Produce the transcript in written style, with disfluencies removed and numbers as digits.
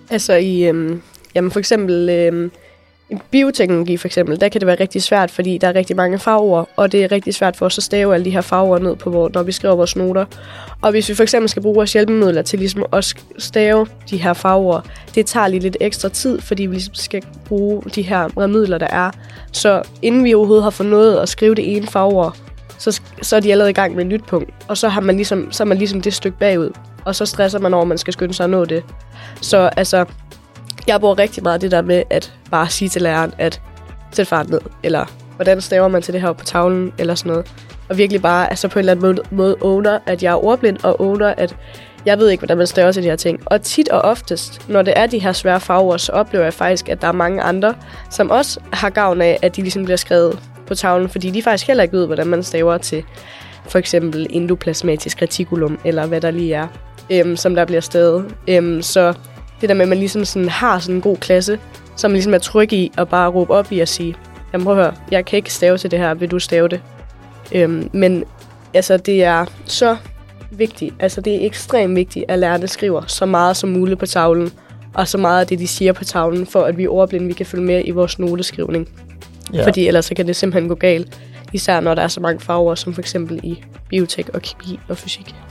Altså jamen for eksempel i bioteknologi for eksempel, der kan det være rigtig svært, fordi der er rigtig mange fagord, og det er rigtig svært for os at stave alle de her fagord ned på, når vi skriver vores noter. Og hvis vi for eksempel skal bruge vores hjælpemidler til ligesom at stave de her fagord, det tager lige lidt ekstra tid, fordi vi ligesom skal bruge de her midler, der er. Så inden vi overhovedet har fundet at skrive det ene fagord, så er de allerede i gang med et nyt punkt, og så er man ligesom det stykke bagud, og så stresser man over, at man skal skynde sig at nå det. Så altså, jeg bruger rigtig meget det der med at bare sige til læreren, at sæt fart ned, eller hvordan staver man til det her på tavlen, eller sådan noget. Og virkelig bare altså på en eller anden måde owner, at jeg er ordblind, og owner, at jeg ved ikke, hvordan man staver til de her ting. Og tit og oftest, når det er de her svære fagord, så oplever jeg faktisk, at der er mange andre, som også har gavn af, at de ligesom bliver skrevet på tavlen, fordi de faktisk heller ikke ved, hvordan man staver til for eksempel endoplasmatisk reticulum, eller hvad der lige er, som der bliver stavet. Så det der med, at man ligesom sådan har sådan en god klasse, som man ligesom er tryg i, og bare råbe op i og sige, jamen prøv at høre, jeg kan ikke stave til det her, vil du stave det? Men altså, det er så vigtigt, altså det er ekstremt vigtigt, at lærerne skriver så meget som muligt på tavlen, og så meget af det, de siger på tavlen, for at vi ordblinde, vi kan følge med i vores noteskrivning. Ja. Fordi ellers så kan det simpelthen gå galt, især når der er så mange farver, som for eksempel i biotek og kemi og fysik.